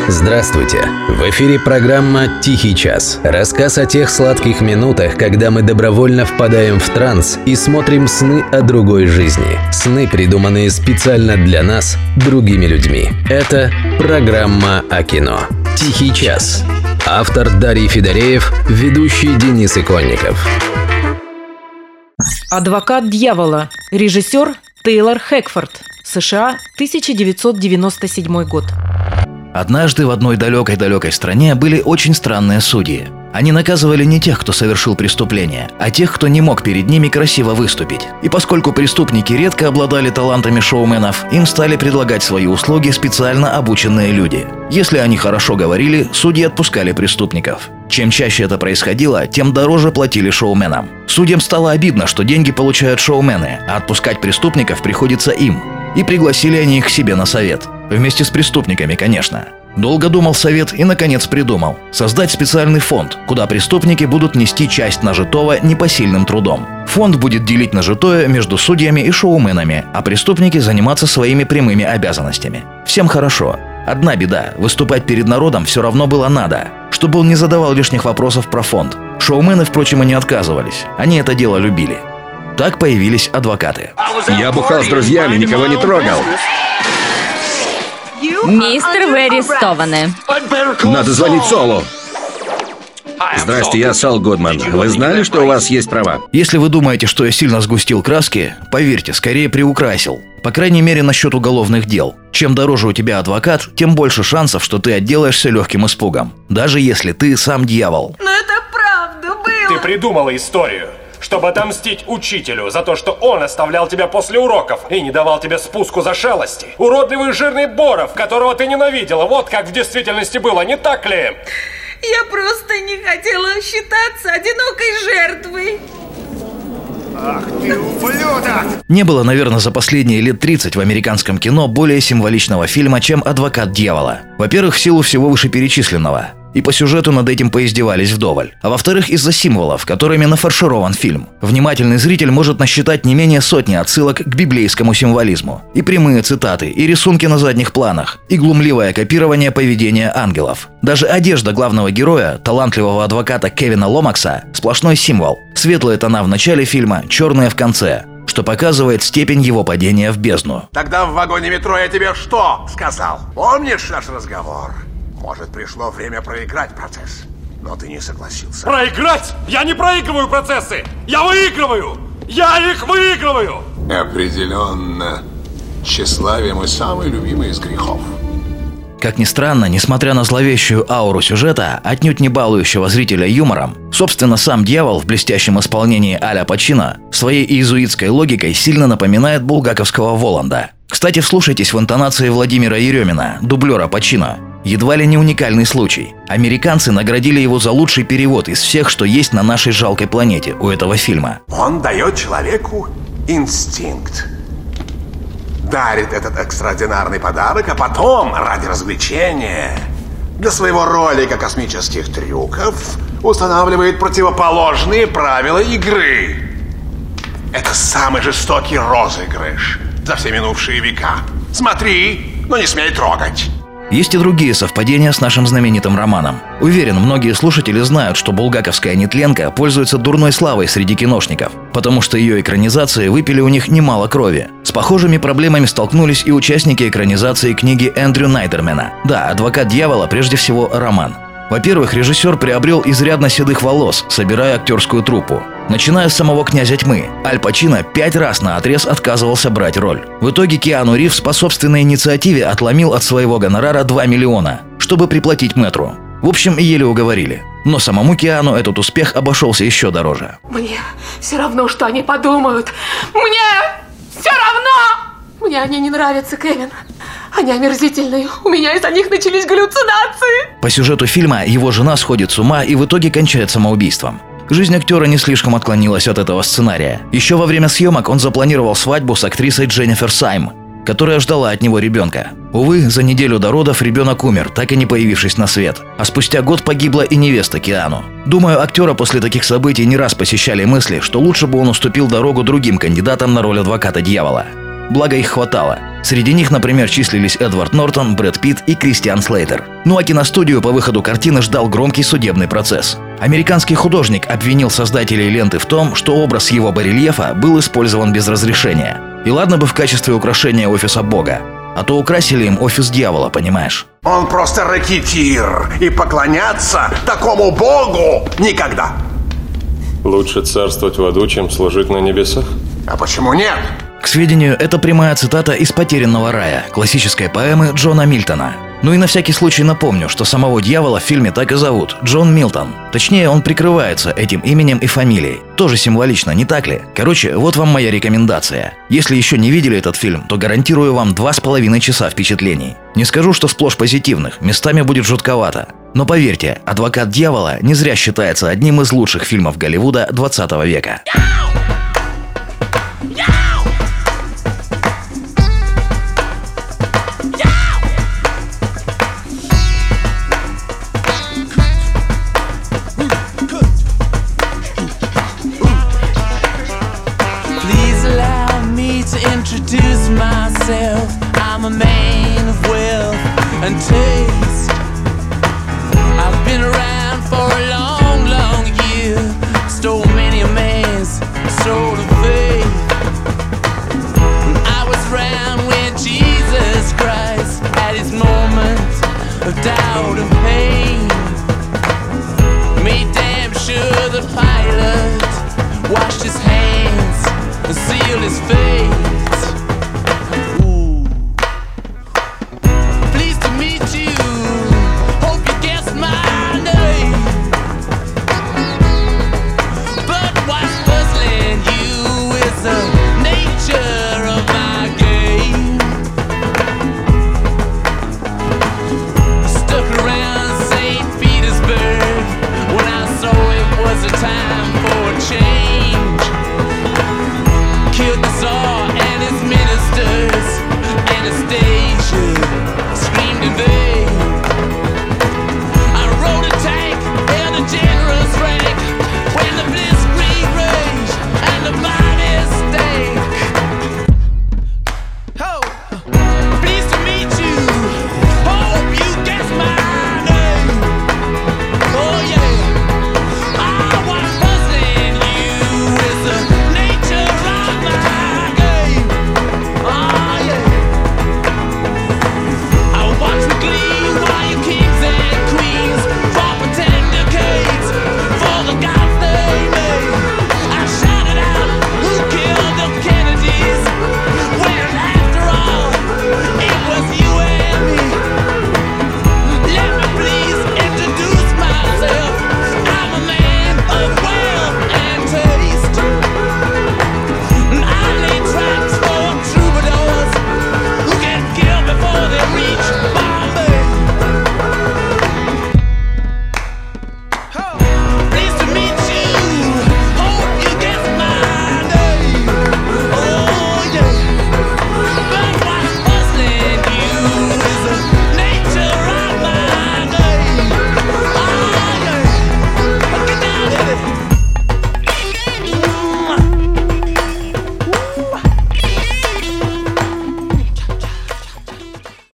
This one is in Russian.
Здравствуйте! В эфире программа «Тихий час». Рассказ о тех сладких минутах, когда мы добровольно впадаем в транс и смотрим сны о другой жизни. Сны, придуманные специально для нас, другими людьми. Это программа о кино. «Тихий час». Автор Дарий Федореев, ведущий Денис Иконников. «Адвокат дьявола». Режиссер Тейлор Хэкфорд. США, 1997 год. Однажды в одной далекой-далекой стране были очень странные судьи. Они наказывали не тех, кто совершил преступление, а тех, кто не мог перед ними красиво выступить. И поскольку преступники редко обладали талантами шоуменов, им стали предлагать свои услуги специально обученные люди. Если они хорошо говорили, судьи отпускали преступников. Чем чаще это происходило, тем дороже платили шоуменам. Судьям стало обидно, что деньги получают шоумены, а отпускать преступников приходится им. И пригласили они их к себе на совет. Вместе с преступниками, конечно. Долго думал совет и, наконец, придумал создать специальный фонд, куда преступники будут нести часть нажитого непосильным трудом. Фонд будет делить нажитое между судьями и шоуменами, а преступники заниматься своими прямыми обязанностями. Всем хорошо. Одна беда – выступать перед народом все равно было надо, чтобы он не задавал лишних вопросов про фонд. Шоумены, впрочем, и не отказывались. Они это дело любили. Так появились адвокаты. Я бухал с друзьями, никого не трогал. Мистер, вы арестованы. Надо звонить Солу. Здрасте, я Сол Гудман. Вы знали, что у вас есть права? Если вы думаете, что я сильно сгустил краски, поверьте, скорее приукрасил. По крайней мере, насчет уголовных дел. Чем дороже у тебя адвокат, тем больше шансов, что ты отделаешься легким испугом. Даже если ты сам дьявол. Но это правда было. Ты придумала историю, чтобы отомстить учителю за то, что он оставлял тебя после уроков и не давал тебе спуску за шалости. Уродливый жирный Боров, которого ты ненавидела. Вот как в действительности было, не так ли? Я просто не хотела считаться одинокой жертвой. Ах ты ублюдок! Не было, наверное, за последние лет 30 в американском кино более символичного фильма, чем «Адвокат дьявола». Во-первых, в силу всего вышеперечисленного. И по сюжету над этим поиздевались вдоволь. А во-вторых, из-за символов, которыми нафарширован фильм. Внимательный зритель может насчитать не менее сотни отсылок к библейскому символизму. И прямые цитаты, и рисунки на задних планах, и глумливое копирование поведения ангелов. Даже одежда главного героя, талантливого адвоката Кевина Ломакса, сплошной символ. Светлые тона в начале фильма, черные в конце, что показывает степень его падения в бездну. Тогда в вагоне метро я тебе что сказал? Помнишь наш разговор? Может, пришло время проиграть процесс, но ты не согласился. Проиграть? Я не проигрываю процессы! Я выигрываю! Я их выигрываю! Определенно, тщеславие мой самый любимый из грехов. Как ни странно, несмотря на зловещую ауру сюжета, отнюдь не балующего зрителя юмором, собственно, сам дьявол в блестящем исполнении Аля Пачино своей иезуитской логикой сильно напоминает булгаковского Воланда. Кстати, вслушайтесь в интонации Владимира Еремина, дублера Пачино. Едва ли не уникальный случай. Американцы наградили его за лучший перевод из всех, что есть на нашей жалкой планете у этого фильма. Он дает человеку инстинкт. Дарит этот экстраординарный подарок, а потом, ради развлечения, для своего ролика космических трюков, устанавливает противоположные правила игры. Это самый жестокий розыгрыш за все минувшие века. Смотри, но не смей трогать. Есть и другие совпадения с нашим знаменитым романом. Уверен, многие слушатели знают, что булгаковская нетленка пользуется дурной славой среди киношников, потому что ее экранизации выпили у них немало крови. С похожими проблемами столкнулись и участники экранизации книги Эндрю Найдермена. Да, «Адвокат дьявола» прежде всего роман. Во-первых, режиссер приобрел изрядно седых волос, собирая актерскую труппу. Начиная с самого «Князя тьмы», Аль Пачино 5 раз наотрез отказывался брать роль. В итоге Киану Ривз по собственной инициативе отломил от своего гонорара 2 миллиона, чтобы приплатить мэтру. В общем, еле уговорили. Но самому Киану этот успех обошелся еще дороже. Мне все равно, что они подумают. Мне все равно! Мне они не нравятся, Кевин. Они омерзительные. У меня из-за них начались галлюцинации. По сюжету фильма его жена сходит с ума и в итоге кончает самоубийством. Жизнь актера не слишком отклонилась от этого сценария. Еще во время съемок он запланировал свадьбу с актрисой Дженнифер Сайм, которая ждала от него ребенка. Увы, за неделю до родов ребенок умер, так и не появившись на свет. А спустя год погибла и невеста Киану. Думаю, актера после таких событий не раз посещали мысли, что лучше бы он уступил дорогу другим кандидатам на роль адвоката дьявола. Благо их хватало. Среди них, например, числились Эдвард Нортон, Брэд Питт и Кристиан Слейтер. Ну а киностудию по выходу картины ждал громкий судебный процесс. Американский художник обвинил создателей ленты в том, что образ его барельефа был использован без разрешения. И ладно бы в качестве украшения офиса Бога, а то украсили им офис дьявола, понимаешь? Он просто рэкетир, и поклоняться такому богу никогда. Лучше царствовать в аду, чем служить на небесах? А почему нет? К сведению, это прямая цитата из «Потерянного рая», классической поэмы Джона Мильтона. Ну и на всякий случай напомню, что самого дьявола в фильме так и зовут – Джон Милтон. Точнее, он прикрывается этим именем и фамилией. Тоже символично, не так ли? Короче, вот вам моя рекомендация. Если еще не видели этот фильм, то гарантирую вам 2,5 часа впечатлений. Не скажу, что сплошь позитивных, местами будет жутковато. Но поверьте, «Адвокат дьявола» не зря считается одним из лучших фильмов Голливуда 20 века. Introduce myself, I'm a man of wealth and taste. I've been around for a long, long year, stole many a man's soul of faith. I was around when Jesus Christ had his moment of doubt and pain. Made damn sure the pilot washed his hands and sealed his fate. Anastasia screamed in vain.